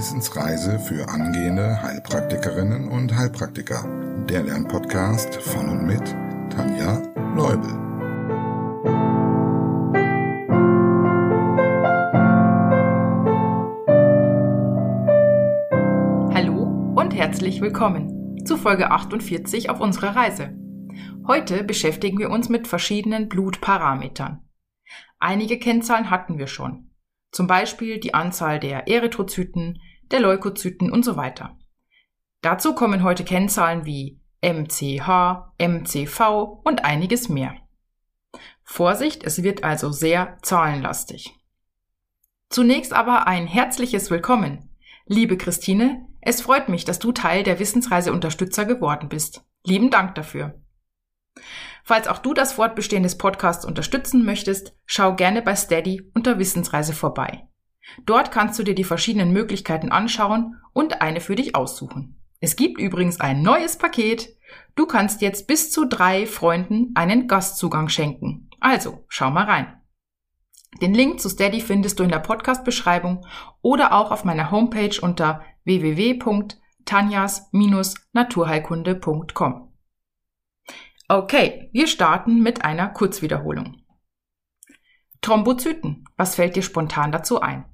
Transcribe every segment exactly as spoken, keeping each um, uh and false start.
Wissensreise für angehende Heilpraktikerinnen und Heilpraktiker. Der Lernpodcast von und mit Tanja Leubel. Hallo und herzlich willkommen zu Folge achtundvierzig auf unserer Reise. Heute beschäftigen wir uns mit verschiedenen Blutparametern. Einige Kennzahlen hatten wir schon. Zum Beispiel die Anzahl der Erythrozyten, der Leukozyten und so weiter. Dazu kommen heute Kennzahlen wie M C H, M C V und einiges mehr. Vorsicht, es wird also sehr zahlenlastig. Zunächst aber ein herzliches Willkommen. Liebe Christine, es freut mich, dass du Teil der Wissensreise-Unterstützer geworden bist. Lieben Dank dafür. Falls auch du das Fortbestehen des Podcasts unterstützen möchtest, schau gerne bei Steady unter Wissensreise vorbei. Dort kannst du dir die verschiedenen Möglichkeiten anschauen und eine für dich aussuchen. Es gibt übrigens ein neues Paket. Du kannst jetzt bis zu drei Freunden einen Gastzugang schenken. Also, schau mal rein. Den Link zu Steady findest du in der Podcast-Beschreibung oder auch auf meiner Homepage unter w w w punkt tanjas Bindestrich naturheilkunde punkt com. Okay, wir starten mit einer Kurzwiederholung. Thrombozyten, was fällt dir spontan dazu ein?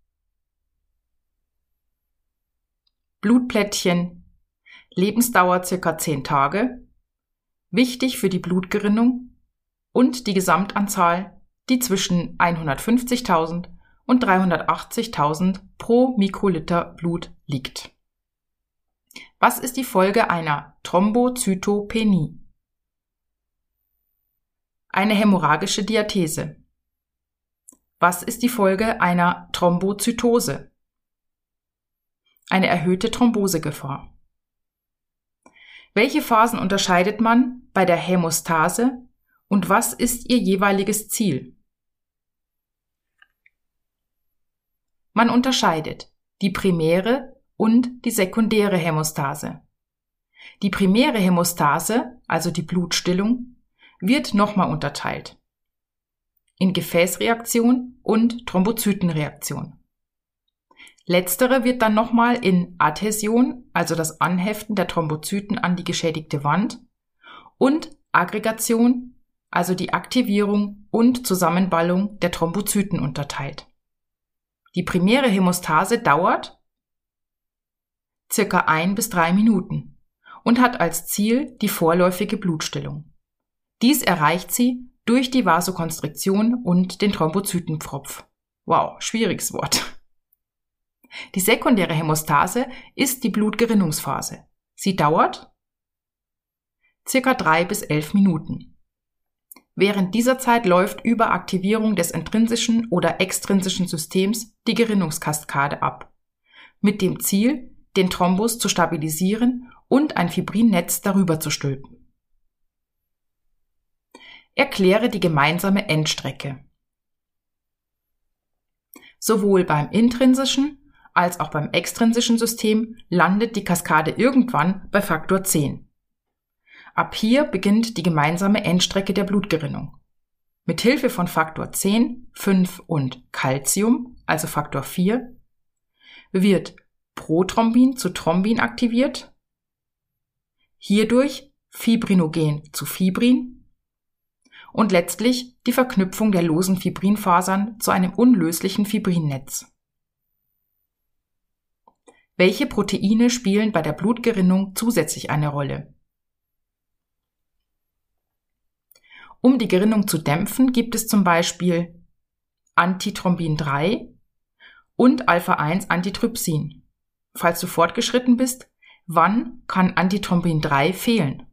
Blutplättchen, Lebensdauer circa zehn Tage, wichtig für die Blutgerinnung und die Gesamtanzahl, die zwischen hundertfünfzigtausend und dreihundertachtzigtausend pro Mikroliter Blut liegt. Was ist die Folge einer Thrombozytopenie? Eine hämorrhagische Diathese. Was ist die Folge einer Thrombozytose? Eine erhöhte Thrombosegefahr. Welche Phasen unterscheidet man bei der Hämostase und was ist ihr jeweiliges Ziel? Man unterscheidet die primäre und die sekundäre Hämostase. Die primäre Hämostase, also die Blutstillung, wird nochmal unterteilt in Gefäßreaktion und Thrombozytenreaktion. Letztere wird dann nochmal in Adhäsion, also das Anheften der Thrombozyten an die geschädigte Wand, und Aggregation, also die Aktivierung und Zusammenballung der Thrombozyten unterteilt. Die primäre Hämostase dauert circa ein bis drei Minuten und hat als Ziel die vorläufige Blutstillung. Dies erreicht sie durch die Vasokonstriktion und den Thrombozytenpfropf. Wow, schwieriges Wort. Die sekundäre Hämostase ist die Blutgerinnungsphase. Sie dauert circa drei bis elf Minuten. Während dieser Zeit läuft über Aktivierung des intrinsischen oder extrinsischen Systems die Gerinnungskaskade ab, mit dem Ziel, den Thrombus zu stabilisieren und ein Fibrinnetz darüber zu stülpen. Erkläre die gemeinsame Endstrecke. Sowohl beim intrinsischen als auch beim extrinsischen System landet die Kaskade irgendwann bei Faktor zehn. Ab hier beginnt die gemeinsame Endstrecke der Blutgerinnung. Mit Hilfe von Faktor zehn, fünf und Calcium, also Faktor vier, wird Prothrombin zu Thrombin aktiviert, hierdurch Fibrinogen zu Fibrin und letztlich die Verknüpfung der losen Fibrinfasern zu einem unlöslichen Fibrinnetz. Welche Proteine spielen bei der Blutgerinnung zusätzlich eine Rolle? Um die Gerinnung zu dämpfen, gibt es zum Beispiel Antithrombin drei und Alpha eins Antitrypsin. Falls du fortgeschritten bist, wann kann Antithrombin drei fehlen?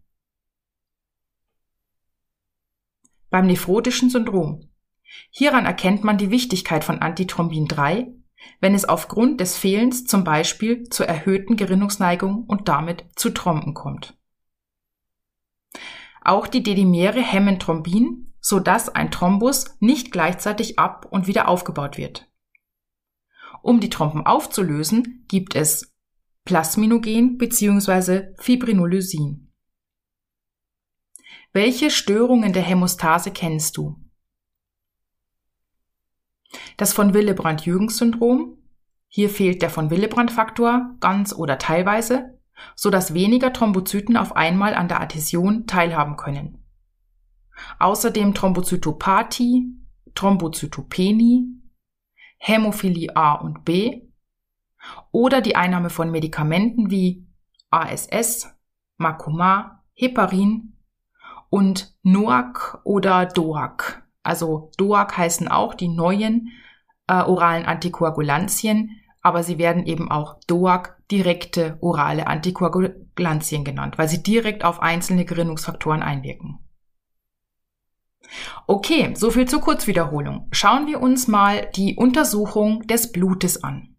Beim nephrotischen Syndrom. Hieran erkennt man die Wichtigkeit von Antithrombin drei, wenn es aufgrund des Fehlens zum Beispiel zur erhöhten Gerinnungsneigung und damit zu Thromben kommt. Auch die Dedimere hemmen Thrombin, sodass ein Thrombus nicht gleichzeitig ab- und wieder aufgebaut wird. Um die Thromben aufzulösen, gibt es Plasminogen bzw. Fibrinolysin. Welche Störungen der Hämostase kennst du? Das von Willebrand-Jürgens-Syndrom, Hier fehlt der von Willebrand-Faktor ganz oder teilweise, sodass weniger Thrombozyten auf einmal an der Adhäsion teilhaben können. Außerdem Thrombozytopathie, Thrombozytopenie, Hämophilie A und B oder die Einnahme von Medikamenten wie A S S, Macumar, Heparin und N O A C oder D O A C. Also D O A C heißen auch die neuen äh, oralen Antikoagulantien, aber sie werden eben auch D O A C, direkte orale Antikoagulantien genannt, weil sie direkt auf einzelne Gerinnungsfaktoren einwirken. Okay, soviel zur Kurzwiederholung. Schauen wir uns mal die Untersuchung des Blutes an.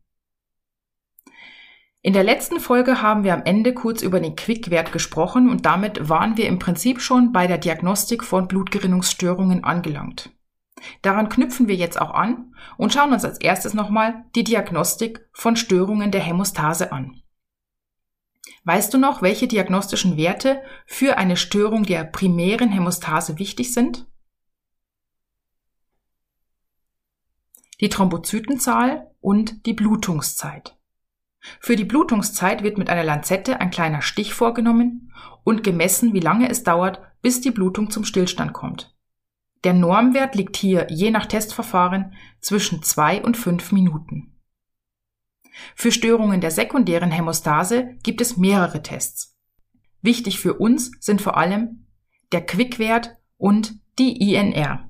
In der letzten Folge haben wir am Ende kurz über den Quick-Wert gesprochen und damit waren wir im Prinzip schon bei der Diagnostik von Blutgerinnungsstörungen angelangt. Daran knüpfen wir jetzt auch an und schauen uns als erstes nochmal die Diagnostik von Störungen der Hämostase an. Weißt du noch, welche diagnostischen Werte für eine Störung der primären Hämostase wichtig sind? Die Thrombozytenzahl und die Blutungszeit. Für die Blutungszeit wird mit einer Lanzette ein kleiner Stich vorgenommen und gemessen, wie lange es dauert, bis die Blutung zum Stillstand kommt. Der Normwert liegt hier je nach Testverfahren zwischen zwei und fünf Minuten. Für Störungen der sekundären Hämostase gibt es mehrere Tests. Wichtig für uns sind vor allem der Quick-Wert und die I N R.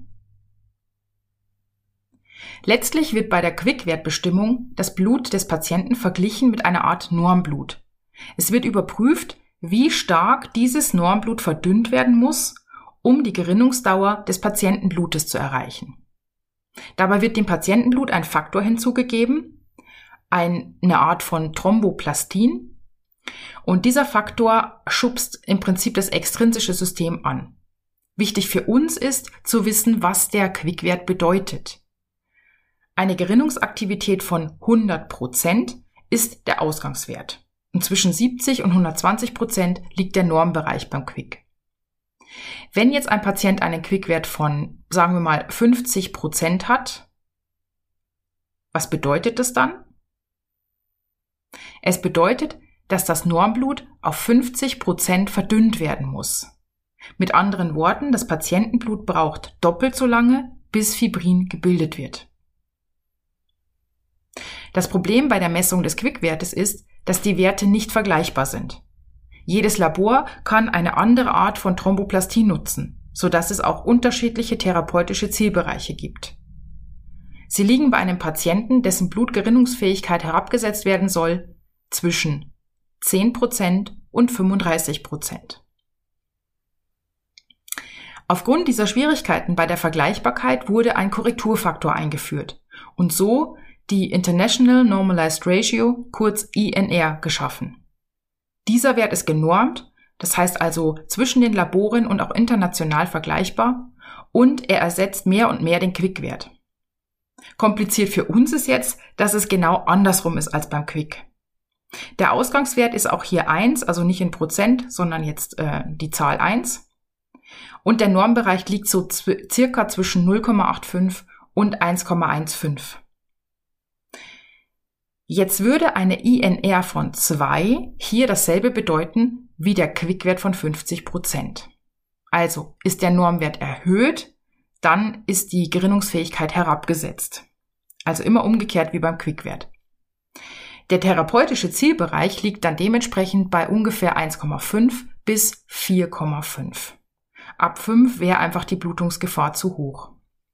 Letztlich wird bei der Quick-Wertbestimmung das Blut des Patienten verglichen mit einer Art Normblut. Es wird überprüft, wie stark dieses Normblut verdünnt werden muss, um die Gerinnungsdauer des Patientenblutes zu erreichen. Dabei wird dem Patientenblut ein Faktor hinzugegeben, eine Art von Thromboplastin, und dieser Faktor schubst im Prinzip das extrinsische System an. Wichtig für uns ist zu wissen, was der Quick-Wert bedeutet. Eine Gerinnungsaktivität von hundert Prozent ist der Ausgangswert. Und zwischen siebzig und hundertzwanzig Prozent liegt der Normbereich beim Quick. Wenn jetzt ein Patient einen Quick-Wert von, sagen wir mal, fünfzig Prozent hat, was bedeutet das dann? Es bedeutet, dass das Normblut auf fünfzig Prozent verdünnt werden muss. Mit anderen Worten, das Patientenblut braucht doppelt so lange, bis Fibrin gebildet wird. Das Problem bei der Messung des Quick-Wertes ist, dass die Werte nicht vergleichbar sind. Jedes Labor kann eine andere Art von Thromboplastin nutzen, sodass es auch unterschiedliche therapeutische Zielbereiche gibt. Sie liegen bei einem Patienten, dessen Blutgerinnungsfähigkeit herabgesetzt werden soll, zwischen zehn Prozent und fünfunddreißig Prozent. Aufgrund dieser Schwierigkeiten bei der Vergleichbarkeit wurde ein Korrekturfaktor eingeführt und so die International Normalized Ratio, kurz I N R, geschaffen. Dieser Wert ist genormt, das heißt also zwischen den Laboren und auch international vergleichbar, und er ersetzt mehr und mehr den Quick-Wert. Kompliziert für uns ist jetzt, dass es genau andersrum ist als beim Quick. Der Ausgangswert ist auch hier eins, also nicht in Prozent, sondern jetzt äh, die Zahl eins. Und der Normbereich liegt so zw- circa zwischen null Komma fünfundachtzig und eins Komma fünfzehn. Jetzt würde eine I N R von zwei hier dasselbe bedeuten wie der Quick-Wert von fünfzig Prozent. Also ist der Normwert erhöht, dann ist die Gerinnungsfähigkeit herabgesetzt. Also immer umgekehrt wie beim Quick-Wert. Der therapeutische Zielbereich liegt dann dementsprechend bei ungefähr eins Komma fünf bis vier Komma fünf. Ab fünf wäre einfach die Blutungsgefahr zu hoch.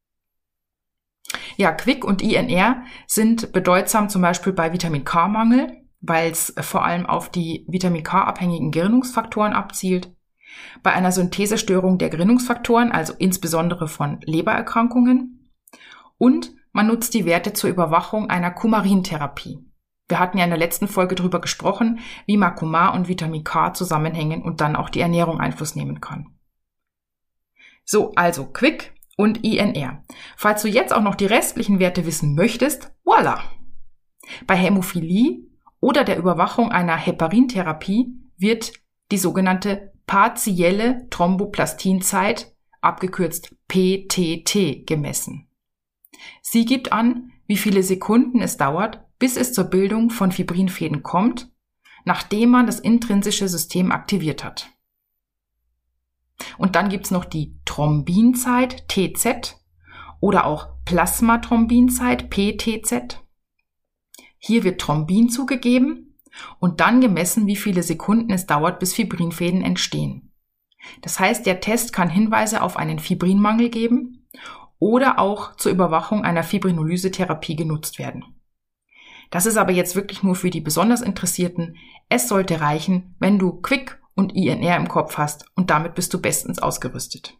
Ja, Quick und I N R sind bedeutsam zum Beispiel bei Vitamin-K-Mangel, weil es vor allem auf die Vitamin-K-abhängigen Gerinnungsfaktoren abzielt, bei einer Synthesestörung der Gerinnungsfaktoren, also insbesondere von Lebererkrankungen, und man nutzt die Werte zur Überwachung einer Coumarintherapie. Wir hatten ja in der letzten Folge darüber gesprochen, wie Macumar und Vitamin K zusammenhängen und dann auch die Ernährung Einfluss nehmen kann. So, also Quick und I N R. Falls du jetzt auch noch die restlichen Werte wissen möchtest, voilà! Bei Hämophilie oder der Überwachung einer Heparintherapie wird die sogenannte partielle Thromboplastinzeit, abgekürzt P T T, gemessen. Sie gibt an, wie viele Sekunden es dauert, bis es zur Bildung von Fibrinfäden kommt, nachdem man das intrinsische System aktiviert hat. Und dann gibt's noch die Thrombinzeit, T Z, oder auch Plasmathrombinzeit, P T Z. Hier wird Thrombin zugegeben und dann gemessen, wie viele Sekunden es dauert, bis Fibrinfäden entstehen. Das heißt, der Test kann Hinweise auf einen Fibrinmangel geben oder auch zur Überwachung einer Fibrinolyse-Therapie genutzt werden. Das ist aber jetzt wirklich nur für die besonders Interessierten. Es sollte reichen, wenn du Quick und I N R im Kopf hast und damit bist du bestens ausgerüstet.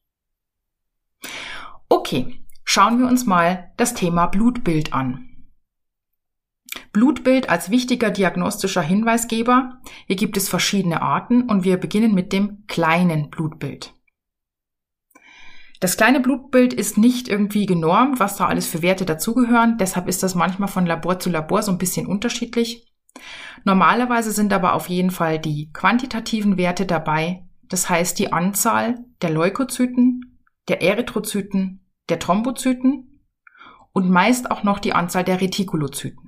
Okay, schauen wir uns mal das Thema Blutbild an. Blutbild als wichtiger diagnostischer Hinweisgeber. Hier gibt es verschiedene Arten und wir beginnen mit dem kleinen Blutbild. Das kleine Blutbild ist nicht irgendwie genormt, was da alles für Werte dazugehören. Deshalb ist das manchmal von Labor zu Labor so ein bisschen unterschiedlich. Normalerweise sind aber auf jeden Fall die quantitativen Werte dabei. Das heißt die Anzahl der Leukozyten, der Erythrozyten, der Thrombozyten und meist auch noch die Anzahl der Retikulozyten.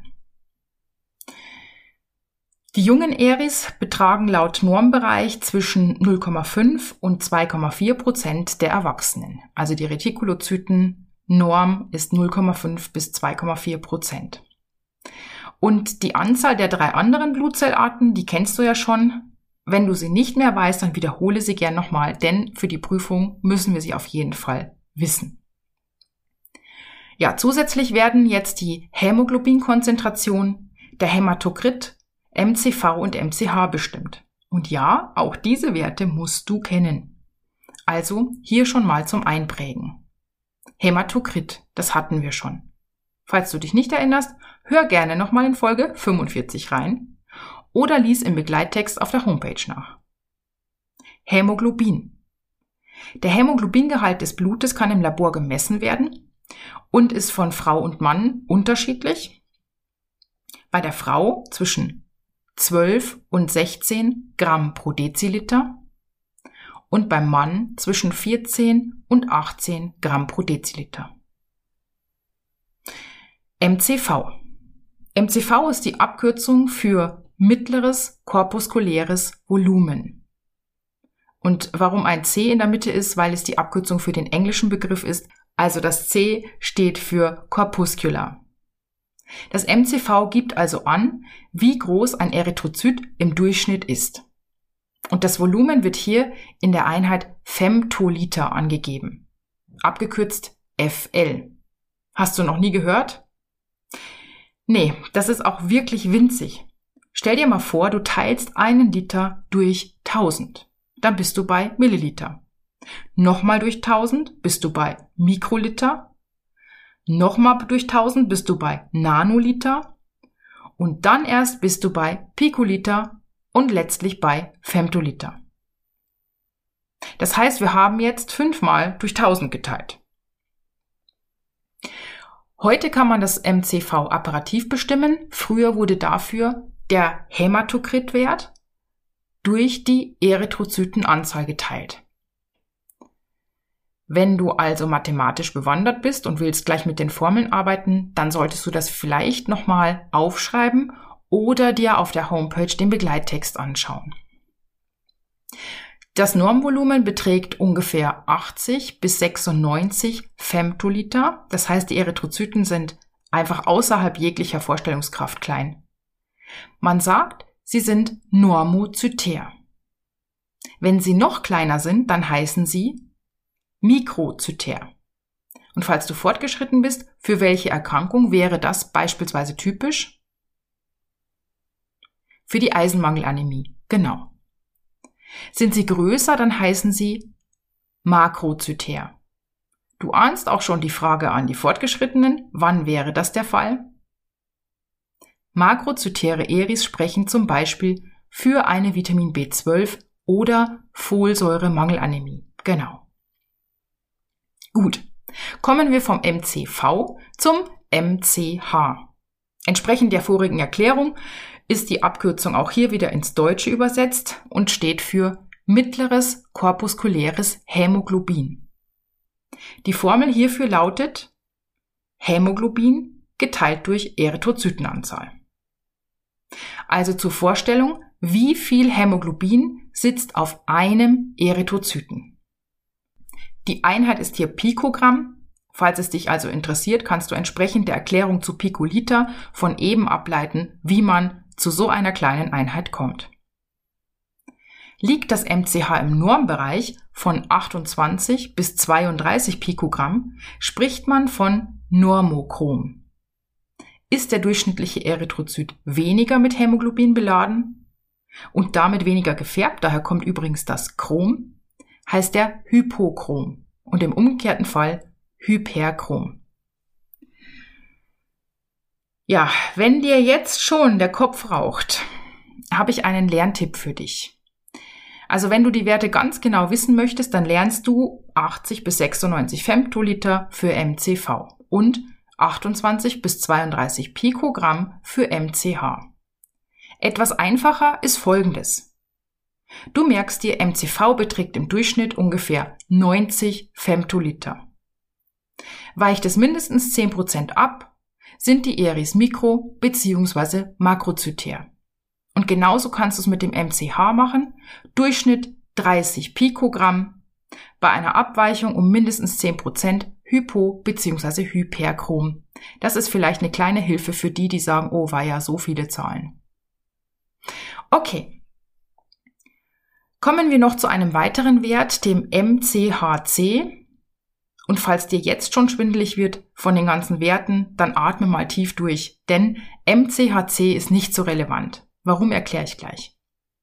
Die jungen Eris betragen laut Normbereich zwischen null Komma fünf und zwei Komma vier Prozent der Erwachsenen. Also die Retikulozyten Norm ist null Komma fünf bis zwei Komma vier Prozent. Und die Anzahl der drei anderen Blutzellarten, die kennst du ja schon. Wenn du sie nicht mehr weißt, dann wiederhole sie gern nochmal, denn für die Prüfung müssen wir sie auf jeden Fall wissen. Ja, zusätzlich werden jetzt die Hämoglobinkonzentration, der Hämatokrit, M C V und M C H bestimmt. Und ja, auch diese Werte musst du kennen. Also hier schon mal zum Einprägen. Hämatokrit, das hatten wir schon. Falls du dich nicht erinnerst, hör gerne nochmal in Folge fünfundvierzig rein oder lies im Begleittext auf der Homepage nach. Hämoglobin. Der Hämoglobingehalt des Blutes kann im Labor gemessen werden und ist von Frau und Mann unterschiedlich. Bei der Frau zwischen zwölf und sechzehn Gramm pro Deziliter und beim Mann zwischen vierzehn und achtzehn Gramm pro Deziliter. M C V. M C V ist die Abkürzung für mittleres korpuskuläres Volumen. Und warum ein C in der Mitte ist, weil es die Abkürzung für den englischen Begriff ist, also das C steht für Corpuscular. Das M C V gibt also an, wie groß ein Erythrozyt im Durchschnitt ist. Und das Volumen wird hier in der Einheit Femtoliter angegeben, abgekürzt F L. Hast du noch nie gehört? Nee, das ist auch wirklich winzig. Stell dir mal vor, du teilst einen Liter durch tausend. Dann bist du bei Milliliter. Nochmal durch tausend bist du bei Mikroliter. Nochmal durch tausend bist du bei Nanoliter und dann erst bist du bei Pikoliter und letztlich bei Femtoliter. Das heißt, wir haben jetzt fünfmal durch tausend geteilt. Heute kann man das M C V apparativ bestimmen. Früher wurde dafür der Hämatokritwert durch die Erythrozytenanzahl geteilt. Wenn du also mathematisch bewandert bist und willst gleich mit den Formeln arbeiten, dann solltest du das vielleicht nochmal aufschreiben oder dir auf der Homepage den Begleittext anschauen. Das Normvolumen beträgt ungefähr achtzig bis sechsundneunzig Femtoliter. Das heißt, die Erythrozyten sind einfach außerhalb jeglicher Vorstellungskraft klein. Man sagt, sie sind normozytär. Wenn sie noch kleiner sind, dann heißen sie mikrozytär. Und falls du fortgeschritten bist, für welche Erkrankung wäre das beispielsweise typisch? Für die Eisenmangelanämie, genau. Sind sie größer, dann heißen sie makrozytär. Du ahnst auch schon die Frage an die Fortgeschrittenen, wann wäre das der Fall? Makrozytäre Eris sprechen zum Beispiel für eine Vitamin B zwölf oder Folsäuremangelanämie, genau. Gut, kommen wir vom M C V zum M C H. Entsprechend der vorigen Erklärung ist die Abkürzung auch hier wieder ins Deutsche übersetzt und steht für mittleres korpuskuläres Hämoglobin. Die Formel hierfür lautet Hämoglobin geteilt durch Erythrozytenanzahl. Also zur Vorstellung, wie viel Hämoglobin sitzt auf einem Erythrozyten. Die Einheit ist hier Pikogramm. Falls es dich also interessiert, kannst du entsprechend der Erklärung zu Pikoliter von eben ableiten, wie man zu so einer kleinen Einheit kommt. Liegt das M C H im Normbereich von achtundzwanzig bis zweiunddreißig Pikogramm, spricht man von Normochrom. Ist der durchschnittliche Erythrozyt weniger mit Hämoglobin beladen und damit weniger gefärbt, daher kommt übrigens das Chrom, heißt er Hypochrom und im umgekehrten Fall Hyperchrom. Ja, wenn dir jetzt schon der Kopf raucht, habe ich einen Lerntipp für dich. Also wenn du die Werte ganz genau wissen möchtest, dann lernst du achtzig bis sechsundneunzig Femtoliter für M C V und achtundzwanzig bis zweiunddreißig Pikogramm für M C H. Etwas einfacher ist Folgendes. Du merkst dir, M C V beträgt im Durchschnitt ungefähr neunzig Femtoliter. Weicht es mindestens zehn Prozent ab, sind die Eris mikro- bzw. makrozytär. Und genauso kannst du es mit dem M C H machen. Durchschnitt dreißig Pikogramm, bei einer Abweichung um mindestens zehn Prozent Hypo- bzw. Hyperchrom. Das ist vielleicht eine kleine Hilfe für die, die sagen, oh, war ja so viele Zahlen. Okay. Kommen wir noch zu einem weiteren Wert, dem M C H C. Und falls dir jetzt schon schwindelig wird von den ganzen Werten, dann atme mal tief durch, denn M C H C ist nicht so relevant. Warum, erkläre ich gleich.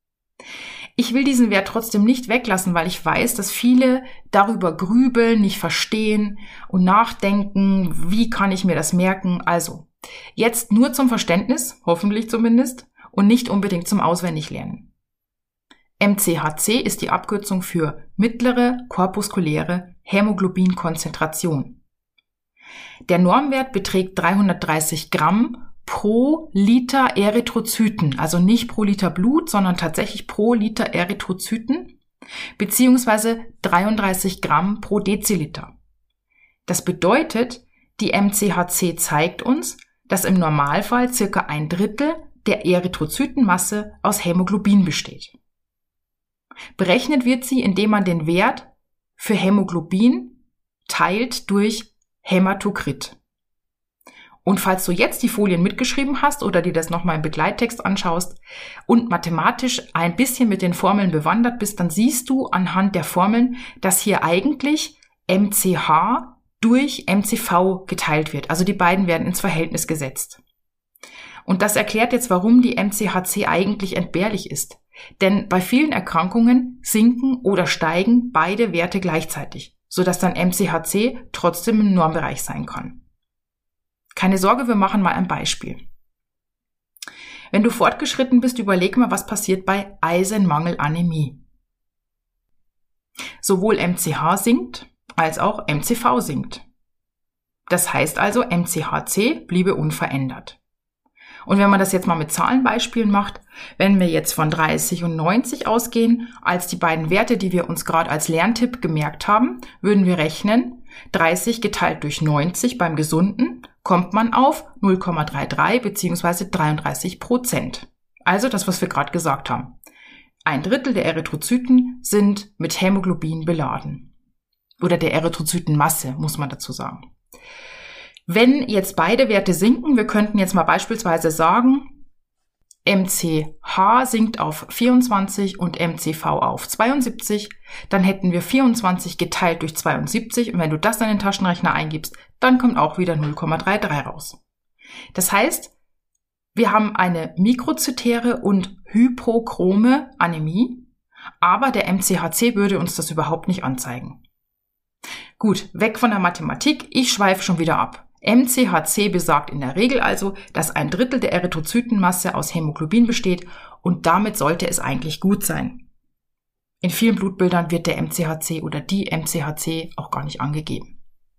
Ich will diesen Wert trotzdem nicht weglassen, weil ich weiß, dass viele darüber grübeln, nicht verstehen und nachdenken, wie kann ich mir das merken. Also, jetzt nur zum Verständnis, hoffentlich zumindest, und nicht unbedingt zum Auswendiglernen. M C H C ist die Abkürzung für mittlere korpuskuläre Hämoglobinkonzentration. Der Normwert beträgt dreihundertdreißig Gramm pro Liter Erythrozyten, also nicht pro Liter Blut, sondern tatsächlich pro Liter Erythrozyten, beziehungsweise dreiunddreißig Gramm pro Deziliter. Das bedeutet, die M C H C zeigt uns, dass im Normalfall circa ein Drittel der Erythrozytenmasse aus Hämoglobin besteht. Berechnet wird sie, indem man den Wert für Hämoglobin teilt durch Hämatokrit. Und falls du jetzt die Folien mitgeschrieben hast oder dir das nochmal im Begleittext anschaust und mathematisch ein bisschen mit den Formeln bewandert bist, dann siehst du anhand der Formeln, dass hier eigentlich M C H durch M C V geteilt wird. Also die beiden werden ins Verhältnis gesetzt. Und das erklärt jetzt, warum die M C H C eigentlich entbehrlich ist. Denn bei vielen Erkrankungen sinken oder steigen beide Werte gleichzeitig, sodass dann M C H C trotzdem im Normbereich sein kann. Keine Sorge, wir machen mal ein Beispiel. Wenn du fortgeschritten bist, überleg mal, was passiert bei Eisenmangelanämie. Sowohl M C H sinkt, als auch M C V sinkt. Das heißt also, M C H C bliebe unverändert. Und wenn man das jetzt mal mit Zahlenbeispielen macht, wenn wir jetzt von dreißig und neunzig ausgehen, als die beiden Werte, die wir uns gerade als Lerntipp gemerkt haben, würden wir rechnen, dreißig geteilt durch neunzig beim Gesunden, kommt man auf null Komma dreiunddreißig bzw. dreiunddreißig Prozent. Also das, was wir gerade gesagt haben. Ein Drittel der Erythrozyten sind mit Hämoglobin beladen. Oder der Erythrozytenmasse, muss man dazu sagen. Wenn jetzt beide Werte sinken, wir könnten jetzt mal beispielsweise sagen, M C H sinkt auf vierundzwanzig und M C V auf zweiundsiebzig, dann hätten wir vierundzwanzig geteilt durch zweiundsiebzig und wenn du das in den Taschenrechner eingibst, dann kommt auch wieder null Komma dreiunddreißig raus. Das heißt, wir haben eine mikrozytäre und hypochrome Anämie, aber der M C H C würde uns das überhaupt nicht anzeigen. Gut, weg von der Mathematik, ich schweife schon wieder ab. M C H C besagt in der Regel also, dass ein Drittel der Erythrozytenmasse aus Hämoglobin besteht und damit sollte es eigentlich gut sein. In vielen Blutbildern wird der M C H C oder die M C H C auch gar nicht angegeben.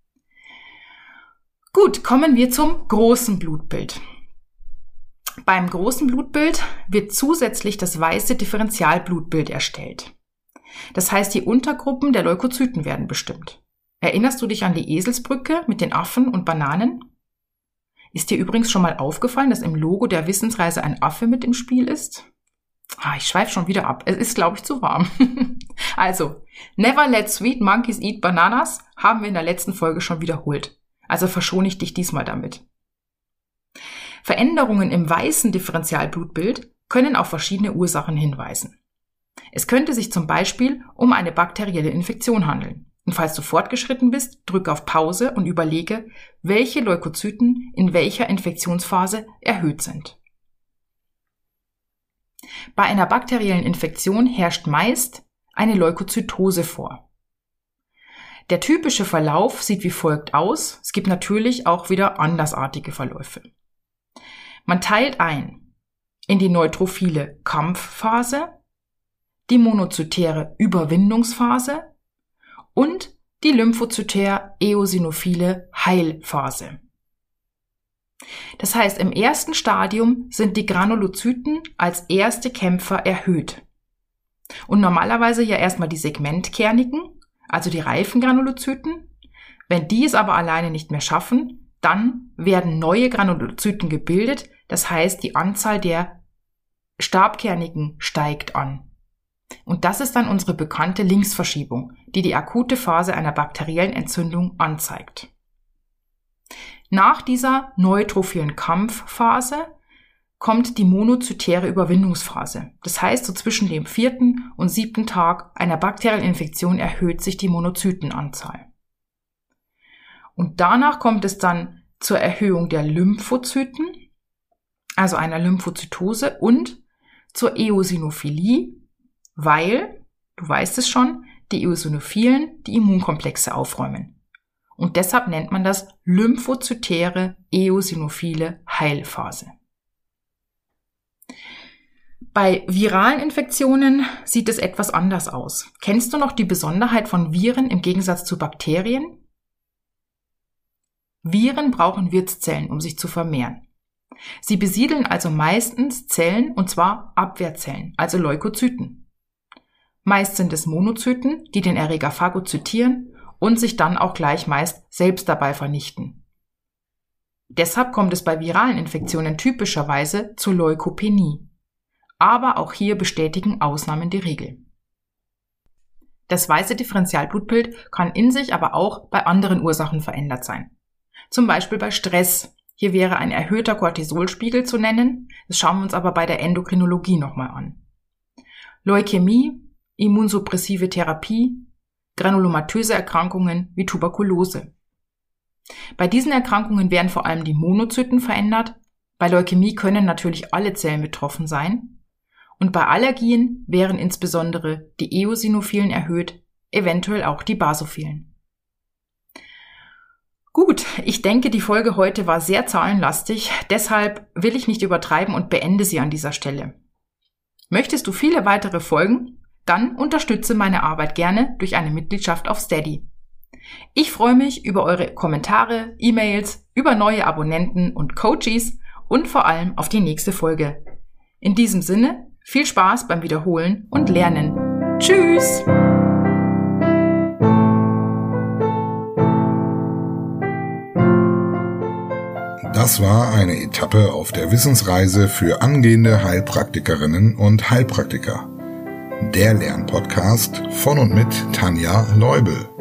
Gut, kommen wir zum großen Blutbild. Beim großen Blutbild wird zusätzlich das weiße Differentialblutbild erstellt. Das heißt, die Untergruppen der Leukozyten werden bestimmt. Erinnerst du dich an die Eselsbrücke mit den Affen und Bananen? Ist dir übrigens schon mal aufgefallen, dass im Logo der Wissensreise ein Affe mit im Spiel ist? Ah, ich schweife schon wieder ab. Es ist, glaube ich, zu warm. Also, Never let sweet monkeys eat bananas haben wir in der letzten Folge schon wiederholt. Also verschone ich dich diesmal damit. Veränderungen im weißen Differentialblutbild können auf verschiedene Ursachen hinweisen. Es könnte sich zum Beispiel um eine bakterielle Infektion handeln. Und falls du fortgeschritten bist, drücke auf Pause und überlege, welche Leukozyten in welcher Infektionsphase erhöht sind. Bei einer bakteriellen Infektion herrscht meist eine Leukozytose vor. Der typische Verlauf sieht wie folgt aus. Es gibt natürlich auch wieder andersartige Verläufe. Man teilt ein in die neutrophile Kampfphase, die monozytäre Überwindungsphase und die lymphozytär-eosinophile Heilphase. Das heißt, im ersten Stadium sind die Granulozyten als erste Kämpfer erhöht. Und normalerweise ja erstmal die segmentkernigen, also die reifen Granulozyten. Wenn die es aber alleine nicht mehr schaffen, dann werden neue Granulozyten gebildet. Das heißt, die Anzahl der stabkernigen steigt an. Und das ist dann unsere bekannte Linksverschiebung, die die akute Phase einer bakteriellen Entzündung anzeigt. Nach dieser neutrophilen Kampfphase kommt die monozytäre Überwindungsphase. Das heißt, so zwischen dem vierten und siebten Tag einer bakteriellen Infektion erhöht sich die Monozytenanzahl. Und danach kommt es dann zur Erhöhung der Lymphozyten, also einer Lymphozytose, und zur Eosinophilie, weil, du weißt es schon, die Eosinophilen die Immunkomplexe aufräumen. Und deshalb nennt man das lymphozytäre eosinophile Heilphase. Bei viralen Infektionen sieht es etwas anders aus. Kennst du noch die Besonderheit von Viren im Gegensatz zu Bakterien? Viren brauchen Wirtszellen, um sich zu vermehren. Sie besiedeln also meistens Zellen, und zwar Abwehrzellen, also Leukozyten. Meist sind es Monozyten, die den Erreger phagozytieren und sich dann auch gleich meist selbst dabei vernichten. Deshalb kommt es bei viralen Infektionen typischerweise zur Leukopenie. Aber auch hier bestätigen Ausnahmen die Regel. Das weiße Differentialblutbild kann in sich aber auch bei anderen Ursachen verändert sein. Zum Beispiel bei Stress. Hier wäre ein erhöhter Cortisolspiegel zu nennen. Das schauen wir uns aber bei der Endokrinologie nochmal an. Leukämie, immunsuppressive Therapie, granulomatöse Erkrankungen wie Tuberkulose. Bei diesen Erkrankungen werden vor allem die Monozyten verändert. Bei Leukämie können natürlich alle Zellen betroffen sein. Und bei Allergien wären insbesondere die Eosinophilen erhöht, eventuell auch die Basophilen. Gut, ich denke, die Folge heute war sehr zahlenlastig, deshalb will ich nicht übertreiben und beende sie an dieser Stelle. Möchtest du viele weitere Folgen? Dann unterstütze meine Arbeit gerne durch eine Mitgliedschaft auf Steady. Ich freue mich über eure Kommentare, E-Mails, über neue Abonnenten und Coaches und vor allem auf die nächste Folge. In diesem Sinne, viel Spaß beim Wiederholen und Lernen. Tschüss! Das war eine Etappe auf der Wissensreise für angehende Heilpraktikerinnen und Heilpraktiker. Der Lernpodcast von und mit Tanja Leubel.